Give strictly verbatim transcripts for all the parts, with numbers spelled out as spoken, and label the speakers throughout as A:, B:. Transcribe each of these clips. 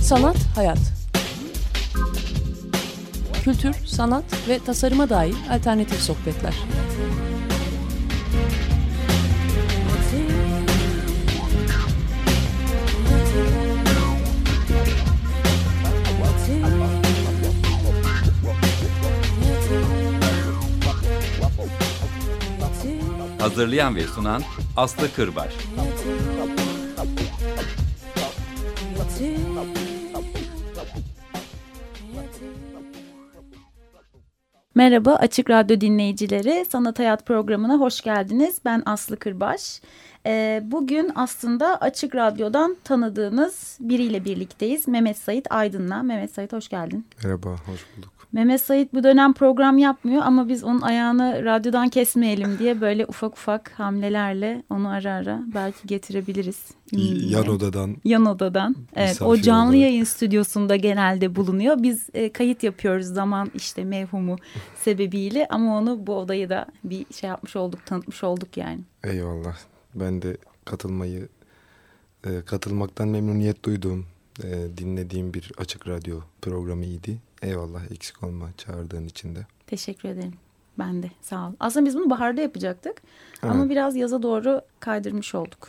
A: Sanat, hayat. Kültür, sanat ve tasarıma dair alternatif sohbetler.
B: Hazırlayan ve sunan Aslı Kırbaş.
C: Merhaba Açık Radyo dinleyicileri, Sanat Hayat programına hoş geldiniz. Ben Aslı Kırbaş. Ee, bugün aslında Açık Radyo'dan tanıdığınız biriyle birlikteyiz. Mehmet Sait Aydın'la. Mehmet Sait hoş geldin.
D: Merhaba, hoş bulduk.
C: Mehmet Sait bu dönem program yapmıyor ama biz onun ayağını radyodan kesmeyelim diye böyle ufak ufak hamlelerle onu ara ara belki getirebiliriz.
D: Yan odadan.
C: Yan odadan. Evet, o canlı olarak. Yayın stüdyosunda genelde bulunuyor. Biz e, kayıt yapıyoruz zaman işte mevhumu sebebiyle ama onu bu odayı da bir şey yapmış olduk, tanıtmış olduk yani.
D: Eyvallah. Ben de katılmayı, e, katılmaktan memnuniyet duyduğum, e, dinlediğim bir Açık Radyo programıydı. Eyvallah, eksik olma çağırdığın için de.
C: Teşekkür ederim. Ben de sağ ol. Aslında biz bunu baharda yapacaktık. Evet. Ama biraz yaza doğru kaydırmış olduk.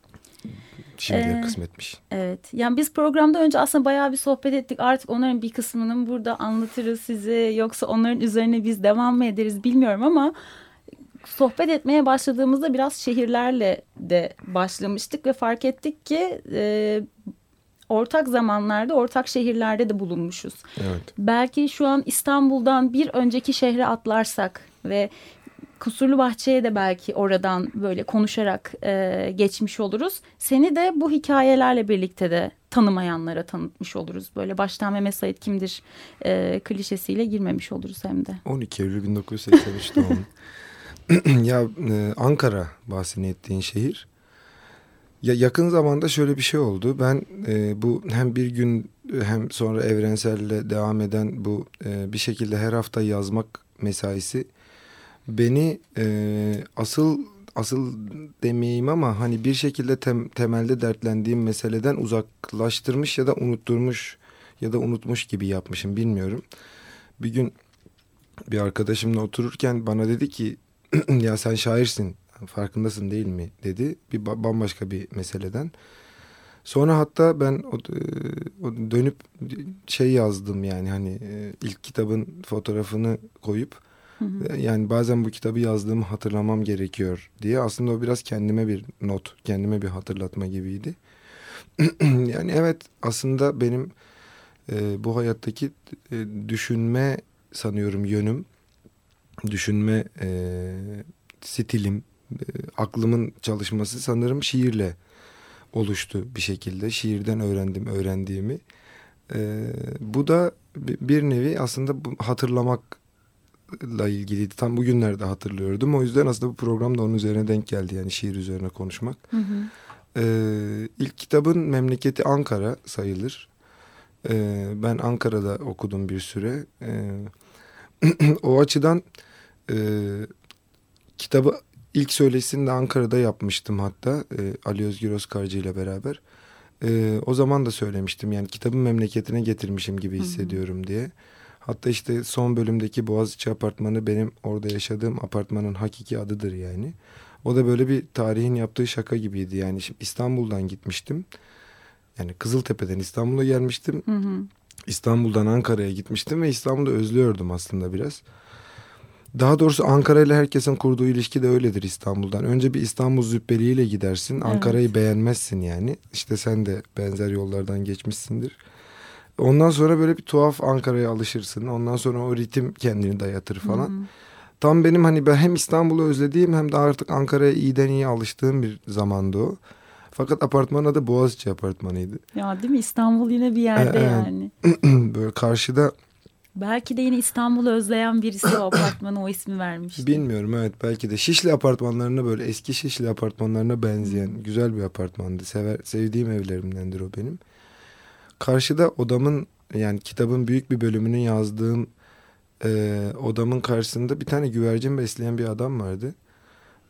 D: Şimdiye
C: ee,
D: kısmetmiş.
C: Evet. Yani biz programda önce aslında bayağı bir sohbet ettik. Artık onların bir kısmını burada anlatırız size. Yoksa onların üzerine biz devam mı ederiz bilmiyorum ama sohbet etmeye başladığımızda biraz şehirlerle de başlamıştık ve fark ettik ki e, ortak zamanlarda, ortak şehirlerde de bulunmuşuz.
D: Evet.
C: Belki şu an İstanbul'dan bir önceki şehre atlarsak ve Kusurlubahçe'ye de belki oradan böyle konuşarak e, geçmiş oluruz. Seni de bu hikayelerle birlikte de tanımayanlara tanıtmış oluruz. Böyle baştan Mehmet Sait kimdir e, klişesiyle girmemiş oluruz hem de.
D: on iki Eylül bin dokuz yüz seksen üç doğum. Ya e, Ankara bahsini ettiğin şehir. Ya yakın zamanda şöyle bir şey oldu. Ben e, bu hem bir gün hem sonra evrenselle devam eden bu e, bir şekilde her hafta yazmak mesaisi beni e, asıl asıl demeyeyim ama hani bir şekilde tem, temelde dertlendiğim meseleden uzaklaştırmış ya da unutturmuş ya da unutmuş gibi yapmışım, bilmiyorum. Bir gün bir arkadaşımla otururken bana dedi ki ya sen şairsin, farkındasın değil mi dedi, bir bambaşka bir meseleden. Sonra hatta ben o, o dönüp şey yazdım, yani hani ilk kitabın fotoğrafını koyup hı hı. yani bazen bu kitabı yazdığımı hatırlamam gerekiyor diye. Aslında o biraz kendime bir not, kendime bir hatırlatma gibiydi. Yani evet, aslında benim e, bu hayattaki e, düşünme sanıyorum yönüm, düşünme e, stilim, e, aklımın çalışması sanırım şiirle oluştu bir şekilde. Şiirden öğrendim öğrendiğimi. E, bu da bir nevi aslında bu hatırlamakla ilgiliydi. Tam bugünlerde hatırlıyordum. O yüzden aslında bu program da onun üzerine denk geldi. Yani şiir üzerine konuşmak. Hı hı. E, ilk kitabın memleketi Ankara sayılır. E, ben Ankara'da okudum bir süre. E, o açıdan e, kitabı ilk söyleşisini de Ankara'da yapmıştım hatta e, Ali Özgür Özkarcı ile beraber. E, o zaman da söylemiştim, yani kitabın memleketine getirmişim gibi hissediyorum, hı hı. diye. Hatta işte son bölümdeki Boğaziçi Apartmanı benim orada yaşadığım apartmanın hakiki adıdır yani. O da böyle bir tarihin yaptığı şaka gibiydi yani. Şimdi İstanbul'dan gitmiştim. Yani Kızıltepe'den İstanbul'a gelmiştim. Hı hı. İstanbul'dan Ankara'ya gitmiştim ve İstanbul'u özlüyordum aslında biraz. Daha doğrusu Ankara ile herkesin kurduğu ilişki de öyledir İstanbul'dan. Önce bir İstanbul züppeliğiyle gidersin. Evet. Ankara'yı beğenmezsin yani. İşte sen de benzer yollardan geçmişsindir. Ondan sonra böyle bir tuhaf Ankara'ya alışırsın. Ondan sonra o ritim kendini dayatır falan. Hı-hı. Tam benim hani ben hem İstanbul'u özlediğim hem de artık Ankara'ya iyiden iyi alıştığım bir zamandı o. Fakat apartmanın adı Boğaziçi Apartmanı'ydı.
C: Ya değil mi? İstanbul yine bir yerde ee, yani.
D: Böyle karşıda.
C: Belki de yine İstanbul'u özleyen birisi o apartmana o ismi vermişti.
D: Bilmiyorum, evet, belki de. Şişli apartmanlarına, böyle eski Şişli apartmanlarına benzeyen hmm. güzel bir apartmandı. Sever, sevdiğim evlerimdendir o benim. Karşıda odamın, yani kitabın büyük bir bölümünü yazdığım e, odamın karşısında bir tane güvercin besleyen bir adam vardı.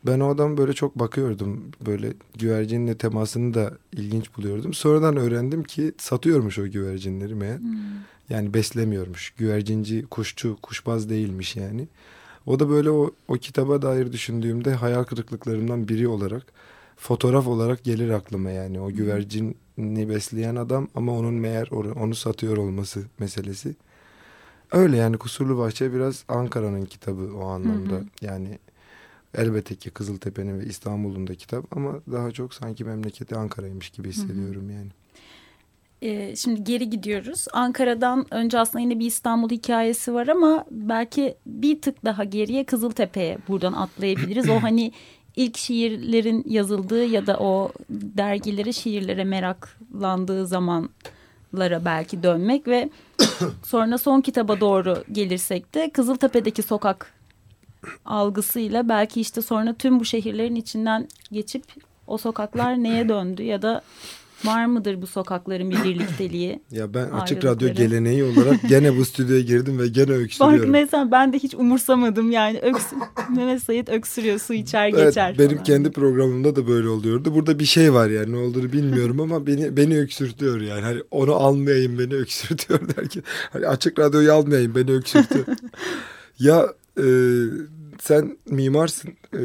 D: Ben o adamı böyle çok bakıyordum. Böyle güvercinle temasını da ilginç buluyordum. Sonradan öğrendim ki satıyormuş o güvercinleri meğer. Hmm. Yani beslemiyormuş. Güvercinci, kuşçu, kuşbaz değilmiş yani. O da böyle o, o kitaba dair düşündüğümde hayal kırıklıklarımdan biri olarak, fotoğraf olarak gelir aklıma yani. O güvercini besleyen adam ama onun meğer onu satıyor olması meselesi. Öyle yani Kusurlu Bahçe biraz Ankara'nın kitabı o anlamda. Hı hı. Yani elbette ki Kızıltepe'nin ve İstanbul'un da kitap ama daha çok sanki memleketi Ankara'ymış gibi hissediyorum hı hı. yani.
C: Ee, şimdi geri gidiyoruz. Ankara'dan önce aslında yine bir İstanbul hikayesi var ama belki bir tık daha geriye Kızıltepe'ye buradan atlayabiliriz. O hani ilk şiirlerin yazıldığı ya da o dergilere, şiirlere meraklandığı zamanlara belki dönmek ve sonra son kitaba doğru gelirsek de Kızıltepe'deki sokak algısıyla belki işte sonra tüm bu şehirlerin içinden geçip o sokaklar neye döndü ya da var mıdır bu sokakların bir birlikteliği?
D: Ya ben Açık Radyo geleneği olarak gene bu stüdyoya girdim ve gene öksürüyorum.
C: Farkındaysan ben de hiç umursamadım yani. Öksür, Mehmet Sait öksürüyor, su içer
D: evet,
C: geçer
D: benim
C: falan.
D: Kendi programımda da böyle oluyordu. Burada bir şey var yani ne olduğunu bilmiyorum ama beni beni öksürtüyor yani. Hani onu almayayım beni öksürtüyor derken. Hani Açık Radyo'yu almayayım beni öksürtüyor. ya e, sen mimarsın. E,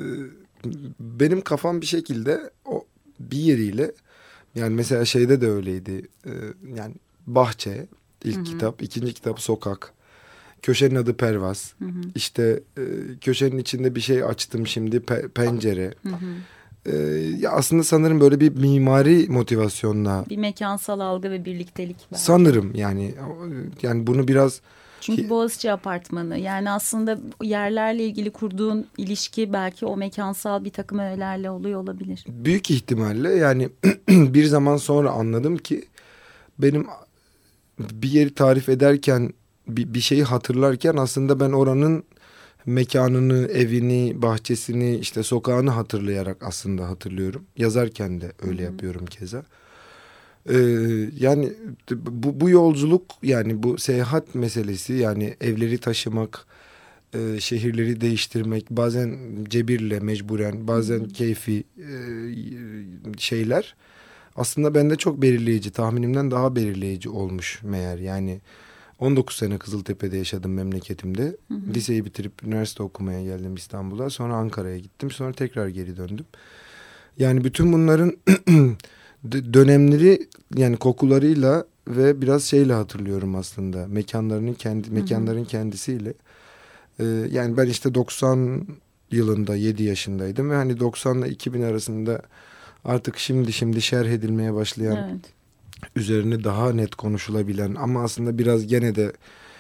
D: benim kafam bir şekilde o bir yeriyle yani mesela şeyde de öyleydi. Ee, yani Bahçe ilk hı hı. kitap, ikinci kitap Sokak. Köşenin adı Pervaz. Hı hı. İşte e, köşenin içinde bir şey açtım şimdi pe- pencere. Hı hı. Ee, ya aslında sanırım böyle bir mimari motivasyonla.
C: Bir mekansal algı ve birliktelik belki.
D: Sanırım yani yani bunu biraz.
C: Çünkü Boğaziçi Apartmanı yani aslında yerlerle ilgili kurduğun ilişki belki o mekansal bir takım öğelerle oluyor olabilir.
D: Büyük ihtimalle yani bir zaman sonra anladım ki benim bir yeri tarif ederken bir, bir şeyi hatırlarken aslında ben oranın mekanını, evini, bahçesini, işte sokağını hatırlayarak aslında hatırlıyorum. Yazarken de öyle Hı-hı. yapıyorum keza. Ee, yani bu, bu yolculuk yani bu seyahat meselesi yani evleri taşımak, e, şehirleri değiştirmek bazen cebirle mecburen bazen hmm. keyfi e, şeyler aslında bende çok belirleyici tahminimden daha belirleyici olmuş meğer yani on dokuz sene Kızıltepe'de yaşadım memleketimde hmm. liseyi bitirip üniversite okumaya geldim İstanbul'a sonra Ankara'ya gittim sonra tekrar geri döndüm yani bütün bunların dönemleri yani kokularıyla ve biraz şeyle hatırlıyorum aslında mekanlarının kendi mekanların hı hı. kendisiyle ee, yani ben işte doksan yılında yedi yaşındaydım ve hani doksan ile iki bin arasında artık şimdi şimdi şerh edilmeye başlayan evet. üzerine daha net konuşulabilen ama aslında biraz gene de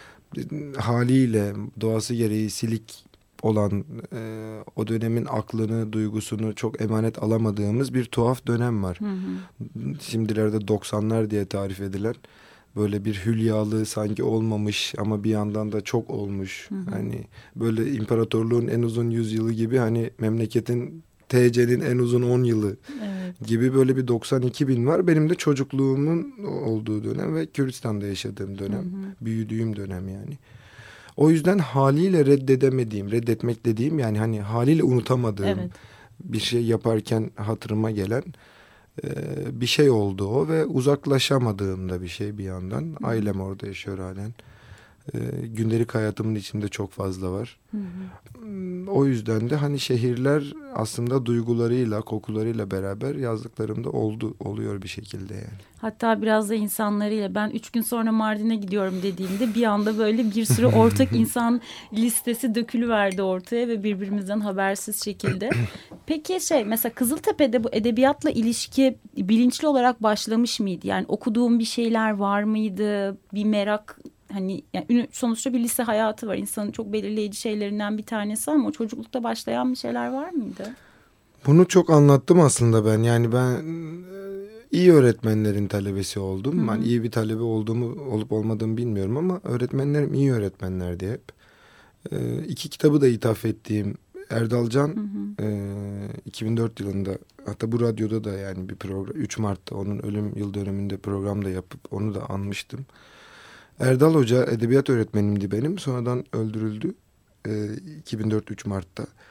D: haliyle doğası gereği silik olan e, o dönemin aklını, duygusunu çok emanet alamadığımız bir tuhaf dönem var. Hı hı. Şimdilerde doksanlar diye tarif edilen böyle bir hülyalı sanki olmamış ama bir yandan da çok olmuş. Hı hı. Hani böyle imparatorluğun en uzun yüzyılı gibi hani memleketin T C'nin en uzun on yılı evet. gibi böyle bir doksan iki bin var. Benim de çocukluğumun olduğu dönem ve Kürdistan'da yaşadığım dönem, hı hı. büyüdüğüm dönem yani. O yüzden haliyle reddedemediğim, reddetmek dediğim yani hani haliyle unutamadığım evet. bir şey yaparken hatırıma gelen e, bir şey oldu o ve uzaklaşamadığım da bir şey bir yandan. Hı. Ailem orada yaşıyor halen. E, gündelik hayatımın içinde çok fazla var. Hı hı. O yüzden de hani şehirler aslında duygularıyla, kokularıyla beraber yazdıklarımda oldu, oluyor bir şekilde yani.
C: Hatta biraz da insanlarıyla ben üç gün sonra Mardin'e gidiyorum dediğimde bir anda böyle bir sürü ortak insan listesi dökülüverdi ortaya ve birbirimizden habersiz şekilde. Peki şey mesela Kızıltepe'de bu edebiyatla ilişki bilinçli olarak başlamış mıydı? Yani okuduğum bir şeyler var mıydı? Bir merak hani yani sonuçta bir lise hayatı var. İnsanın çok belirleyici şeylerinden bir tanesi ama o çocuklukta başlayan bir şeyler var mıydı? Bunu
D: çok anlattım aslında ben. Yani ben iyi öğretmenlerin talebesi oldum. Hı hı. Ben iyi bir talebe olduğumu olup olmadığımı bilmiyorum ama öğretmenlerim iyi öğretmenlerdi hep. Ee, iki kitabı da ithaf ettiğim Erdal Can hı hı. E, iki bin dört yılında hatta bu radyoda da yani bir program üç Mart'ta onun ölüm yıl dönümünde program da yapıp onu da anmıştım. Erdal Hoca edebiyat öğretmenimdi benim. Sonradan öldürüldü. E, iki bin dört üç Mart'ta.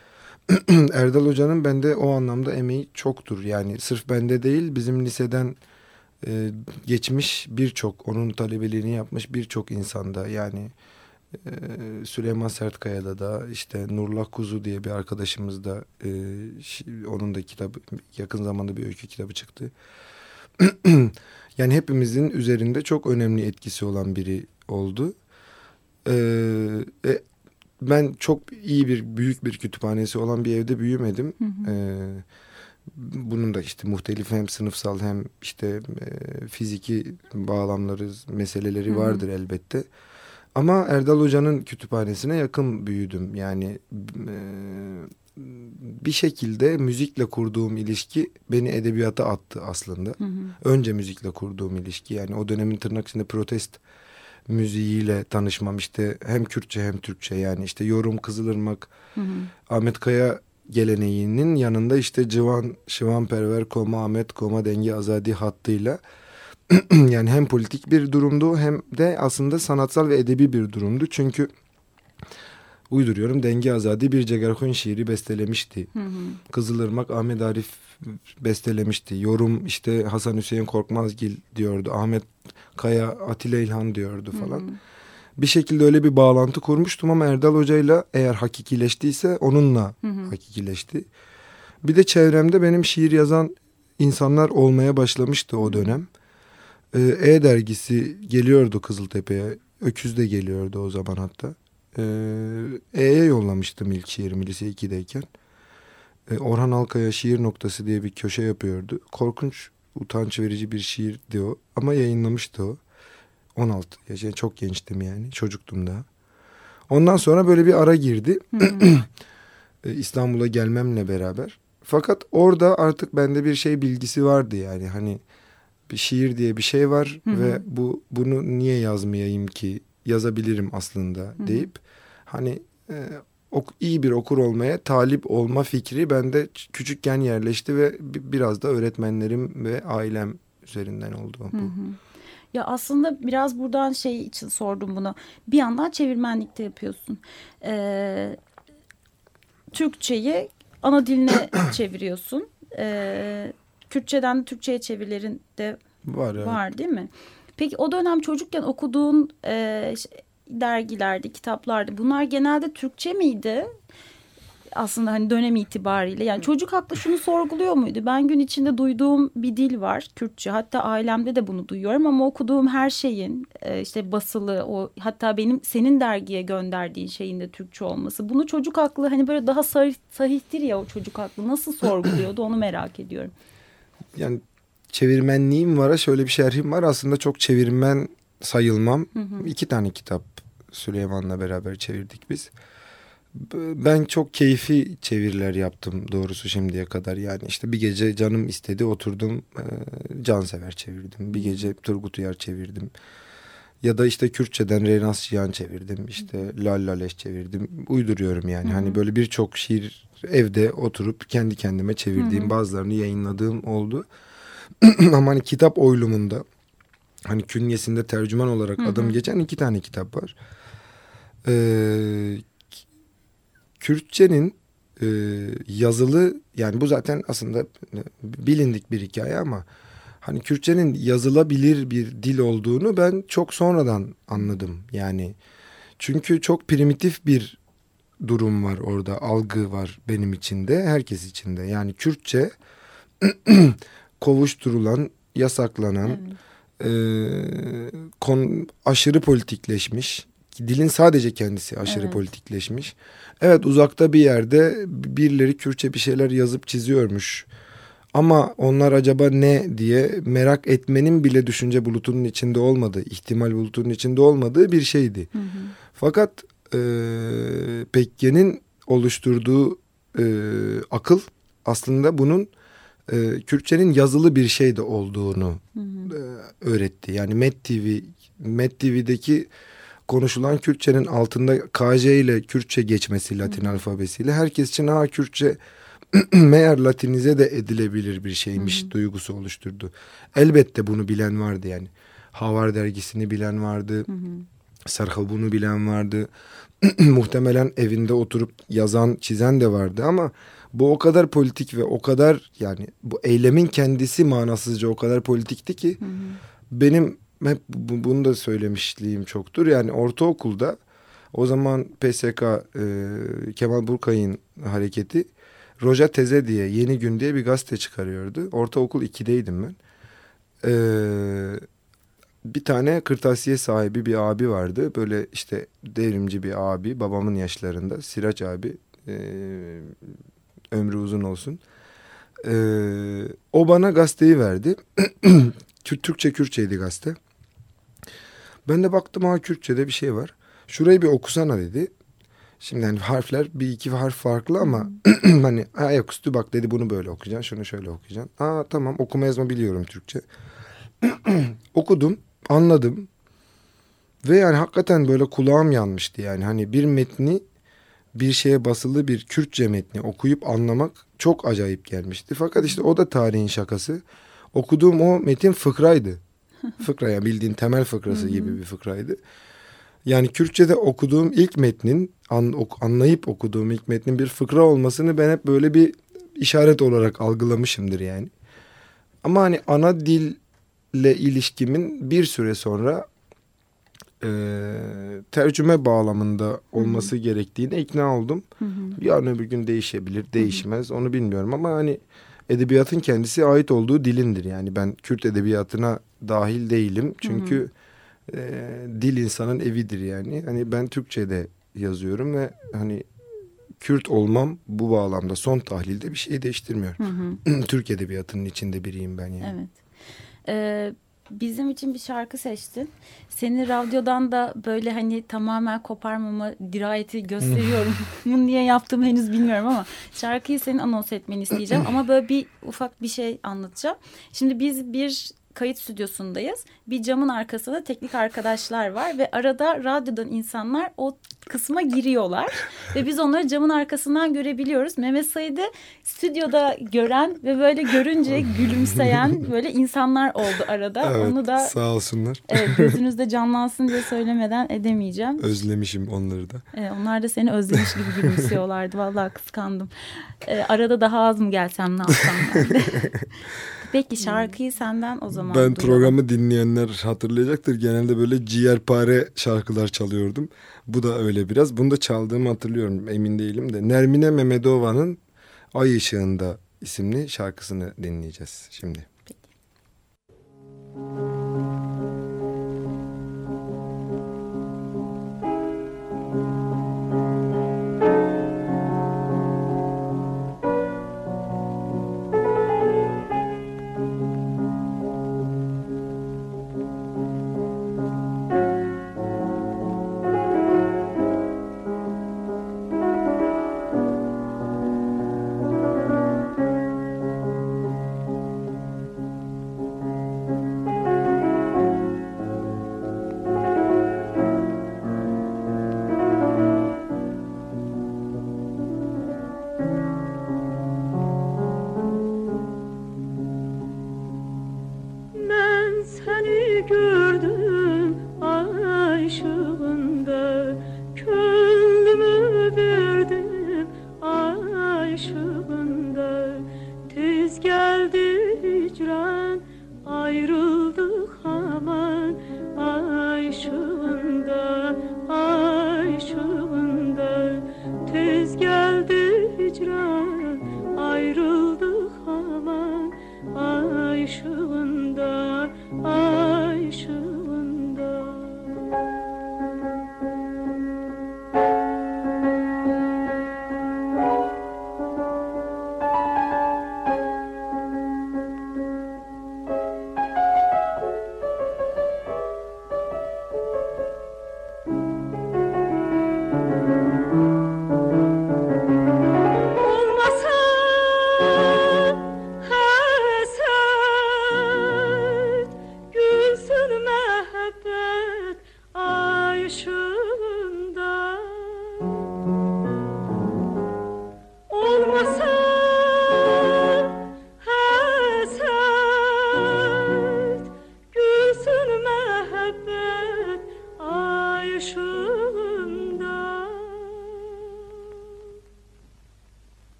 D: Erdal Hoca'nın bende o anlamda emeği çoktur. Yani sırf bende değil, bizim liseden e, geçmiş birçok, onun talebeliğini yapmış birçok insanda. Yani e, Süleyman Sertkaya'da da, işte Nurullah Kuzu diye bir arkadaşımız da, e, onun da kitabı, yakın zamanda bir öykü kitabı çıktı. Yani hepimizin üzerinde çok önemli etkisi olan biri oldu. Ee, e, ben çok iyi bir, büyük bir kütüphanesi olan bir evde büyümedim. Hı hı. Ee, bunun da işte muhtelif hem sınıfsal hem işte e, fiziki bağlamları, meseleleri hı hı. vardır elbette. Ama Erdal Hoca'nın kütüphanesine yakın büyüdüm. Yani e, bir şekilde müzikle kurduğum ilişki beni edebiyata attı aslında. Hı hı. Önce müzikle kurduğum ilişki, yani o dönemin tırnak içinde protest müziğiyle tanışmam, işte hem Kürtçe hem Türkçe, yani işte Yorum, Kızılırmak, hı hı. Ahmet Kaya geleneğinin yanında işte Civan, Şivanperver, Koma Ahmet, Koma Dengi Azadi hattıyla yani hem politik bir durumdu hem de aslında sanatsal ve edebi bir durumdu. Çünkü uyduruyorum, Dengi Azadi bir Cegerhun şiiri bestelemişti. Hı hı. Kızılırmak Ahmet Arif bestelemişti. Yorum işte Hasan Hüseyin Korkmazgil diyordu. Ahmet Kaya Atilla İlhan diyordu falan. Hı hı. Bir şekilde öyle bir bağlantı kurmuştum ama Erdal Hoca'yla eğer hakikileştiyse onunla hı hı. hakikileşti. Bir de çevremde benim şiir yazan insanlar olmaya başlamıştı o dönem. Ee, E dergisi geliyordu Kızıltepe'ye. Öküz de geliyordu o zaman hatta. E'ye yollamıştım ilk şiirimi lise ikideyken. Ee, Orhan Alkaya Şiir Noktası diye bir köşe yapıyordu. Korkunç, utanç verici bir şiirdi o. Ama yayınlamıştı o. on altı yaşında, çok gençtim yani. Çocuktum daha. Ondan sonra böyle bir ara girdi. İstanbul'a gelmemle beraber. Fakat orada artık bende bir şey bilgisi vardı yani. Hani bir şiir diye bir şey var hı hı. ve bu bunu niye yazmayayım ki? Yazabilirim aslında hı hı. deyip hani e, ok, iyi bir okur olmaya talip olma fikri bende küçükken yerleşti ve biraz da öğretmenlerim ve ailem üzerinden oldu bu. Hı hı.
C: Ya aslında biraz buradan şey için sordum bunu. Bir yandan çevirmenlikte yapıyorsun. Ee, Türkçeyi ana diline çeviriyorsun. Ee, Kürtçeden de Türkçe'ye çevirilerin de var, evet. var değil mi? Peki o dönem çocukken okuduğun e, dergilerde, kitaplarda bunlar genelde Türkçe miydi? Aslında hani dönem itibariyle. Yani çocuk aklı şunu sorguluyor muydu? Ben gün içinde duyduğum bir dil var, Kürtçe. Hatta ailemde de bunu duyuyorum ama okuduğum her şeyin e, işte basılı, o hatta benim senin dergiye gönderdiğin şeyin de Türkçe olması. Bunu çocuk aklı hani böyle daha sahih, sahihtir ya, o çocuk aklı nasıl sorguluyordu onu merak ediyorum.
D: Yani çevirmenliğim var, şöyle bir şerhim var. Aslında çok çevirmen sayılmam. Hı hı. İki tane kitap Süleyman'la beraber çevirdik biz. Ben çok keyfi çeviriler yaptım doğrusu şimdiye kadar. Yani işte bir gece canım istedi, oturdum e, Cansever çevirdim. Bir gece Turgut Uyar çevirdim. Ya da işte Kürtçeden Renas Şiyan çevirdim. İşte Lal Laleş çevirdim. Uyduruyorum yani. Hı hı. Hani böyle birçok şiir evde oturup kendi kendime çevirdiğim, hı hı. bazılarını yayınladığım oldu. Ama hani kitap oylumunda hani künyesinde tercüman olarak hı hı. adım geçen iki tane kitap var. Ee, Kürtçenin e, yazılı, yani bu zaten aslında bilindik bir hikaye ama hani Kürtçenin yazılabilir bir dil olduğunu ben çok sonradan anladım. Yani çünkü çok primitif bir durum var orada, algı var benim içinde, herkes içinde. Yani Kürtçe kovuşturulan, yasaklanan, evet. e, kon, aşırı politikleşmiş. Dilin sadece kendisi aşırı evet. politikleşmiş. Evet, uzakta bir yerde birileri Kürtçe bir şeyler yazıp çiziyormuş. Ama onlar acaba ne diye merak etmenin bile düşünce bulutunun içinde olmadığı, ihtimal bulutunun içinde olmadığı bir şeydi. Hı hı. Fakat e, Pekke'nin oluşturduğu e, akıl aslında bunun e, Kürtçenin yazılı bir şey de olduğunu hı hı. E, öğretti. Yani Met T V, Met T V'deki konuşulan Kürtçenin altında K J ile Kürtçe geçmesi, Latin Hı-hı. alfabesiyle herkes için ha Kürtçe meğer Latinize de edilebilir bir şeymiş Hı-hı. duygusu oluşturdu. Elbette bunu bilen vardı yani. Havar dergisini bilen vardı. Hı-hı. Serhabun'u bilen vardı. Muhtemelen evinde oturup yazan, çizen de vardı ama bu o kadar politik ve o kadar, yani bu eylemin kendisi manasızca o kadar politikti ki hı hı. benim hep bu, bunu da söylemişliğim çoktur. Yani ortaokulda o zaman P S K e, Kemal Burkay'ın hareketi Roja Teze diye, Yeni Gün diye bir gazete çıkarıyordu. Ortaokul ikideydim ben. Eee Bir tane kırtasiye sahibi bir abi vardı. Böyle işte devrimci bir abi, babamın yaşlarında. Siraç abi, e, ömrü uzun olsun. E, o bana gazeteyi verdi. Türkçe Kürtçeydi gazete. Ben de baktım, ha Kürtçe'de bir şey var. Şurayı bir okusana dedi. Şimdi hani harfler bir iki harf farklı ama hani ayaküstü bak dedi, bunu böyle okuyacaksın, şunu şöyle okuyacaksın. Aa tamam, okuma yazma biliyorum Türkçe. Okudum. Anladım ve yani hakikaten böyle kulağım yanmıştı, yani hani bir metni, bir şeye basılı bir Kürtçe metni okuyup anlamak çok acayip gelmişti. Fakat işte o da tarihin şakası. Okuduğum o metin fıkraydı. Fıkra, yani bildiğin temel fıkrası gibi bir fıkraydı. Yani Kürtçe'de okuduğum ilk metnin, an, ok, anlayıp okuduğum ilk metnin bir fıkra olmasını ben hep böyle bir işaret olarak algılamışımdır yani. Ama hani ana dil ile ilişkimin bir süre sonra e, tercüme bağlamında olması hı hı. gerektiğine ikna oldum. Hı hı. Yarın öbür gün değişebilir, değişmez, hı hı. onu bilmiyorum ama hani edebiyatın kendisi ait olduğu dilindir. Yani ben Kürt edebiyatına dahil değilim çünkü hı hı. E, dil insanın evidir yani. Hani ben Türkçe'de yazıyorum ve hani Kürt olmam bu bağlamda son tahlilde bir şey değiştirmiyor. Hı hı. Türk edebiyatının içinde biriyim ben yani.
C: Evet. Ee, bizim için bir şarkı seçtin. Seni radyodan da böyle hani tamamen koparmama dirayeti gösteriyorum. Bunu niye yaptığımı henüz bilmiyorum ama şarkıyı senin anons etmeni isteyeceğim. Ama böyle bir ufak bir şey anlatacağım. Şimdi biz bir kayıt stüdyosundayız. Bir camın arkasında teknik arkadaşlar var ve arada radyodan insanlar o kısma giriyorlar ve biz onları camın arkasından görebiliyoruz. Mehmet Said'i stüdyoda gören ve böyle görünce gülümseyen böyle insanlar oldu arada.
D: Evet,
C: onu da
D: sağ olsunlar.
C: Evet, gözünüzde canlansın diye söylemeden edemeyeceğim.
D: Özlemişim onları da.
C: Evet, onlar da seni özlemiş gibi gülümsüyorlardı. Vallahi kıskandım. Ee, arada daha az mı gelsem, ne yapsam ben de. Peki şarkıyı senden o zaman
D: Ben
C: duyalım.
D: Programı dinleyenler hatırlayacaktır. Genelde böyle ciğerpare şarkılar çalıyordum. Bu da öyle biraz. Bunu da çaldığımı hatırlıyorum. Emin değilim de. Nermine Mehmedova'nın Ay Işığında isimli şarkısını dinleyeceğiz şimdi.
C: Peki.
E: Gül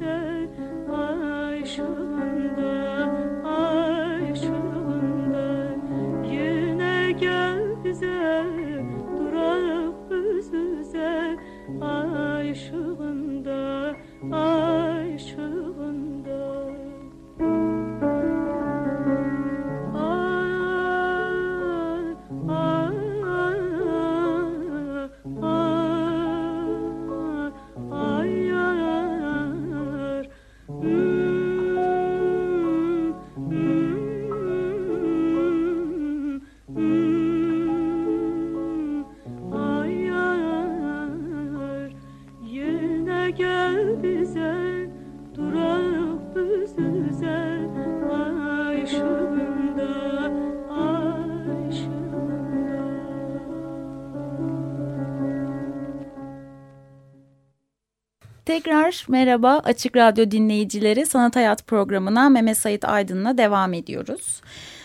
E: güzel ay ışığında, ay ışığında. Yine gel bize durak yüz yüze, ay ışığında, ay ışığında. Gel bize durak yüz yüze, ay ışığında, ay ışığında.
C: Tekrar merhaba Açık Radyo dinleyicileri, Sanat Hayat programına Mehmet Sait Aydın'la devam ediyoruz.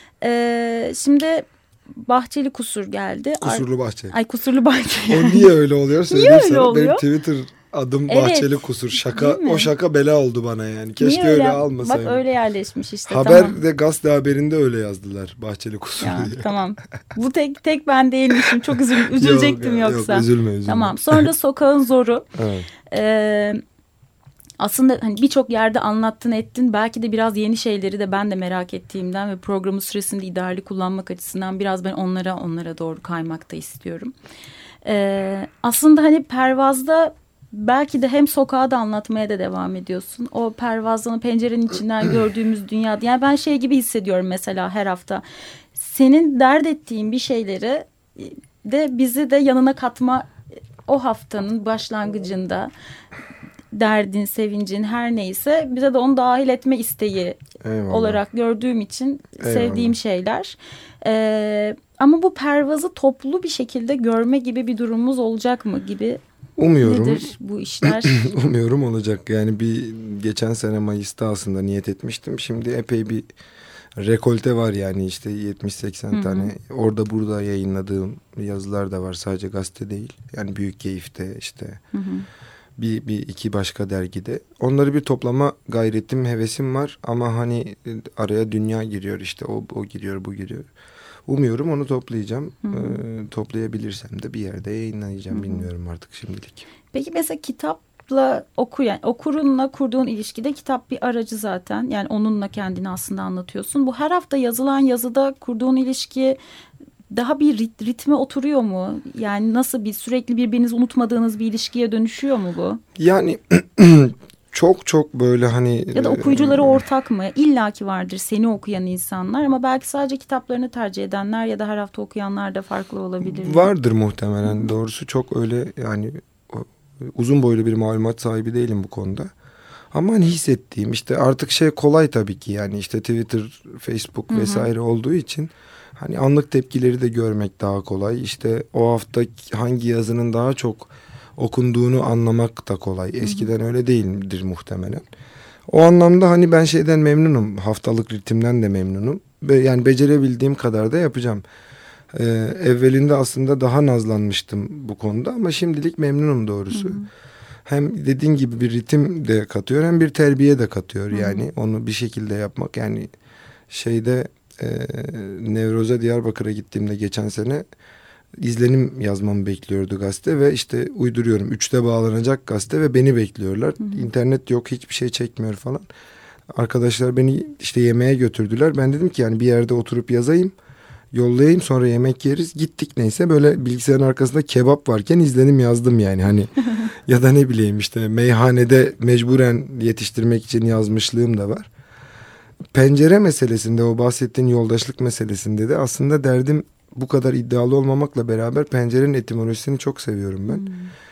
C: Ee, şimdi Bahçeli Kusur geldi.
D: Kusurlu Bahçe.
C: Ay Kusurlu Bahçe.
D: O niye öyle oluyor?
C: Niye öyle
D: sana.
C: oluyor?
D: Benim Twitter adım
C: Evet.
D: Bahçeli Kusur. Şaka, o şaka bela oldu bana yani. Keşke
C: Niye
D: öyle,
C: öyle
D: almasaydım.
C: Bak öyle yerleşmiş işte.
D: Haberde
C: tamam.
D: gazete haberinde öyle yazdılar. Bahçeli Kusur
C: Ya,
D: diye.
C: tamam. Bu tek tek ben değilmişim. Çok üzül, üzülecektim
D: yok,
C: yoksa.
D: Yok üzülme üzülme.
C: Tamam. Sonra da Sokağın Zoru.
D: Evet.
C: Ee, aslında hani birçok yerde anlattın ettin. Belki de biraz yeni şeyleri de ben de merak ettiğimden ve programı süresinde ideali kullanmak açısından biraz ben onlara onlara doğru kaymak da istiyorum. Ee, aslında hani Pervaz'da belki de hem sokağı da anlatmaya da devam ediyorsun. O Pervaz'dan, pencerenin içinden gördüğümüz dünyada. Yani ben şey gibi hissediyorum mesela her hafta. Senin dert ettiğin bir şeyleri de bizi de yanına katma, o haftanın başlangıcında derdin, sevincin her neyse bize de onu dahil etme isteği
D: Eyvallah.
C: olarak gördüğüm için
D: Eyvallah.
C: sevdiğim şeyler. Ee, ama bu Pervaz'ı toplu bir şekilde görme gibi bir durumumuz olacak mı gibi?
D: Umuyorum.
C: Nedir bu işler?
D: Umuyorum olacak. Yani bir geçen sene Mayıs'ta aslında niyet etmiştim. Şimdi epey bir rekolte var yani işte yetmiş seksen tane. Orada burada yayınladığım yazılar da var. Sadece gazete değil. Yani Büyük Keyif'te işte
C: Hı hı.
D: bir, bir iki başka dergide. Onları bir toplama gayretim, hevesim var. Ama hani araya dünya giriyor işte. O, o giriyor, bu giriyor. Umuyorum onu toplayacağım.
C: Hı hı.
D: Ee, toplayabilirsem de bir yerde yayınlayacağım.
C: Hı hı.
D: Bilmiyorum artık şimdilik.
C: Peki mesela kitapla oku, yani okurunla kurduğun ilişkide kitap bir aracı zaten. Yani onunla kendini aslında anlatıyorsun. Bu her hafta yazılan yazıda kurduğun ilişki daha bir rit, ritme oturuyor mu? Yani nasıl bir sürekli birbirinizi unutmadığınız bir ilişkiye dönüşüyor mu bu?
D: Yani çok çok böyle hani...
C: Ya da okuyucuları ortak mı? İlla ki vardır seni okuyan insanlar ama belki sadece kitaplarını tercih edenler ya da her hafta okuyanlar da farklı olabilir mi?
D: Vardır muhtemelen. Doğrusu çok öyle yani uzun boylu bir malumat sahibi değilim bu konuda. Ama hani hissettiğim işte artık şey kolay tabii ki yani işte Twitter, Facebook
C: Hı hı.
D: vesaire olduğu için hani anlık tepkileri de görmek daha kolay. İşte o hafta hangi yazının daha çok okunduğunu anlamak da kolay. Eskiden hı hı. öyle değildir muhtemelen. O anlamda hani ben şeyden memnunum. Haftalık ritimden de memnunum. Ve yani becerebildiğim kadar da yapacağım. Ee, evvelinde aslında daha nazlanmıştım bu konuda ama şimdilik memnunum doğrusu. Hı hı. Hem dediğin gibi bir ritim de katıyor hem bir terbiye de katıyor. Hı hı. Yani onu bir şekilde yapmak yani şeyde e, Nevroz'a Diyarbakır'a gittiğimde geçen sene izlenim yazmamı bekliyordu gazete ve işte uyduruyorum üçte bağlanacak gazete ve beni bekliyorlar. Hı hı. İnternet yok, hiçbir şey çekmiyor falan. Arkadaşlar beni işte yemeğe götürdüler. Ben dedim ki yani bir yerde oturup yazayım, yollayayım, sonra yemek yeriz. Gittik neyse, böyle bilgisayarın arkasında kebap varken izlenim yazdım yani hani. Ya da ne bileyim işte meyhanede mecburen yetiştirmek için yazmışlığım da var. Pencere meselesinde, o bahsettiğin yoldaşlık meselesinde de aslında derdim bu kadar iddialı olmamakla beraber pencerenin etimolojisini çok seviyorum ben. Hmm.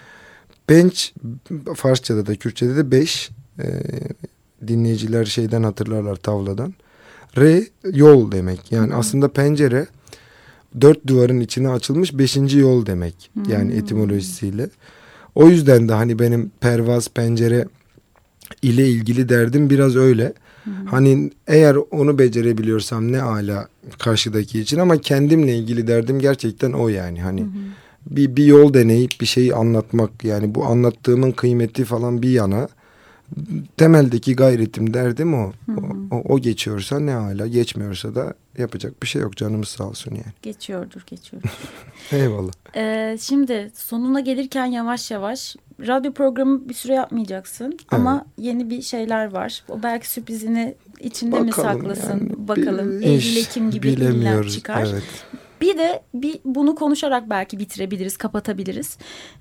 D: Benç, Farsça'da da Kürtçe'de de beş, e, dinleyiciler şeyden hatırlarlar, tavladan. Re, yol demek. Yani hmm. aslında pencere dört duvarın içine açılmış beşinci yol demek. Hmm. Yani etimolojisiyle. O yüzden de hani benim pervaz, pencere ile ilgili derdim biraz öyle. Hı hı. Hani eğer onu becerebiliyorsam ne ala karşıdaki için, ama kendimle ilgili derdim gerçekten o yani. Hani hı hı. bir bir yol deneyip bir şeyi anlatmak, yani bu anlattığımın kıymeti falan bir yana, temeldeki gayretim, derdim o. O, o. o geçiyorsa ne hala, geçmiyorsa da yapacak bir şey yok, canımız sağ olsun yani.
C: Geçiyordur, geçiyordur.
D: Eyvallah.
C: Ee, şimdi sonuna gelirken yavaş yavaş radyo programı bir süre yapmayacaksın. Evet. Ama yeni bir şeyler var. O belki sürprizini içinde bakalım, mi saklasın? Yani, Bakalım. Eylül, Ekim gibi iller çıkar. Evet. Bir de bir bunu konuşarak belki bitirebiliriz, kapatabiliriz.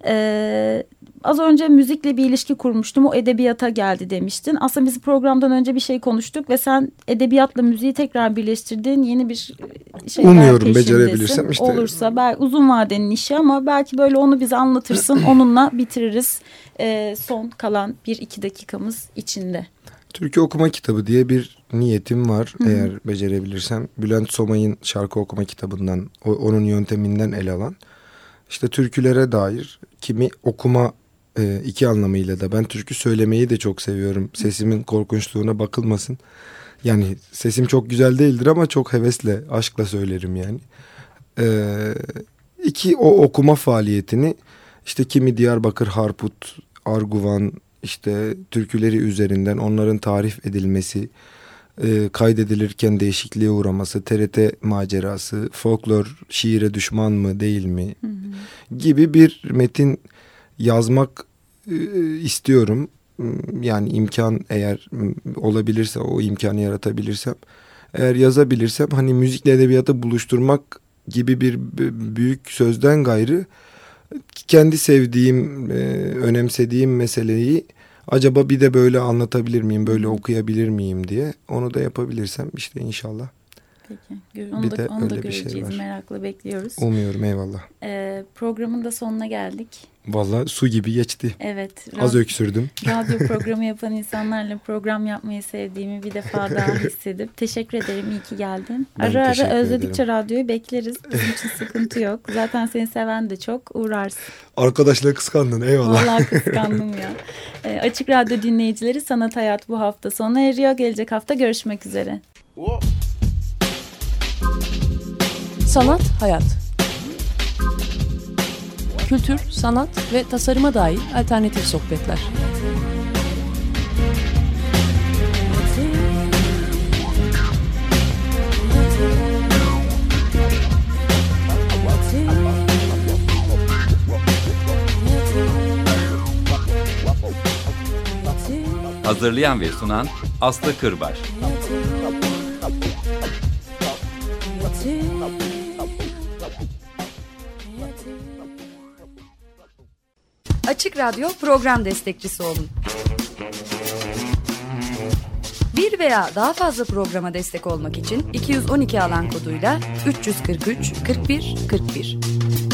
C: Ee, az önce müzikle bir ilişki kurmuştum. O edebiyata geldi demiştin. Aslında biz programdan önce bir şey konuştuk ve sen edebiyatla müziği tekrar birleştirdiğin yeni bir şey.
D: Umuyorum becerebilirsem işte.
C: Olursa belki uzun vadenin işi ama belki böyle onu bize anlatırsın. Onunla bitiririz ee, son kalan bir iki dakikamız içinde.
D: Türkü okuma kitabı diye bir niyetim var. Hı-hı. Eğer becerebilirsem. Bülent Somay'ın şarkı okuma kitabından, o, onun yönteminden ele alan. İşte türkülere dair, kimi okuma e, iki anlamıyla da. Ben türkü söylemeyi de çok seviyorum. Sesimin korkunçluğuna bakılmasın. Yani sesim çok güzel değildir ama çok hevesle, aşkla söylerim yani. E, iki o okuma faaliyetini işte kimi Diyarbakır, Harput, Arguvan, İşte türküleri üzerinden onların tarif edilmesi, e, kaydedilirken değişikliğe uğraması, T R T macerası, folklor şiire düşman mı değil mi, hı hı, gibi bir metin yazmak e, istiyorum. Yani imkan eğer olabilirse, o imkanı yaratabilirsem, eğer yazabilirsem, hani müzikle edebiyatı buluşturmak gibi bir büyük sözden gayrı, kendi sevdiğim, e, önemsediğim meseleyi acaba bir de böyle anlatabilir miyim, böyle okuyabilir miyim diye, onu da yapabilirsem işte inşallah.
C: Peki. Onu bir da, de onu öyle da göreceğiz. Şey var. Merakla bekliyoruz.
D: Umuyorum, eyvallah.
C: Ee, programın da sonuna geldik.
D: Vallahi su gibi geçti.
C: Evet.
D: Az radyo, öksürdüm.
C: Radyo programı yapan insanlarla program yapmayı sevdiğimi bir defa daha hissedip teşekkür ederim. İyi ki geldin. Ben ara ara özledikçe ederim. Radyoyu bekleriz. Bizim için sıkıntı yok. Zaten seni seven de çok, uğrarsın.
D: Arkadaşlar kıskandın, eyvallah.
C: Vallahi kıskandım ya. E, Açık Radyo dinleyicileri, Sanat Hayat bu hafta sona eriyor. Gelecek hafta görüşmek üzere. Oh.
A: Sanat Hayat. Kültür, sanat ve tasarıma dair alternatif sohbetler.
B: Hazırlayan ve sunan Aslı Kırbaş.
F: Açık Radyo program destekçisi olun. Bir veya daha fazla programa destek olmak için iki yüz on iki alan koduyla üç yüz kırk üç kırk bir kırk bir.